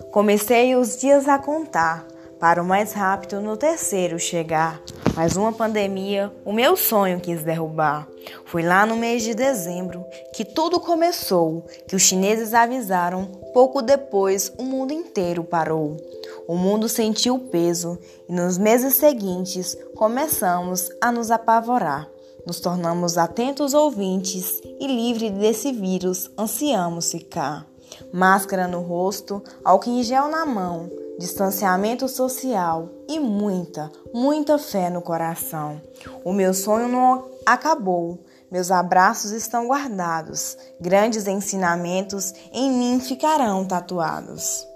Comecei os dias a contar, para o mais rápido no terceiro chegar. Mas uma pandemia, o meu sonho quis derrubar. Foi lá no mês de dezembro que tudo começou, que os chineses avisaram. Pouco depois, o mundo inteiro parou. O mundo sentiu o peso e nos meses seguintes começamos a nos apavorar. Nos tornamos atentos ouvintes e livres desse vírus ansiamos ficar. Máscara no rosto, álcool em gel na mão, distanciamento social e muita fé no coração. O meu sonho não acabou, meus abraços estão guardados, grandes ensinamentos em mim ficarão tatuados.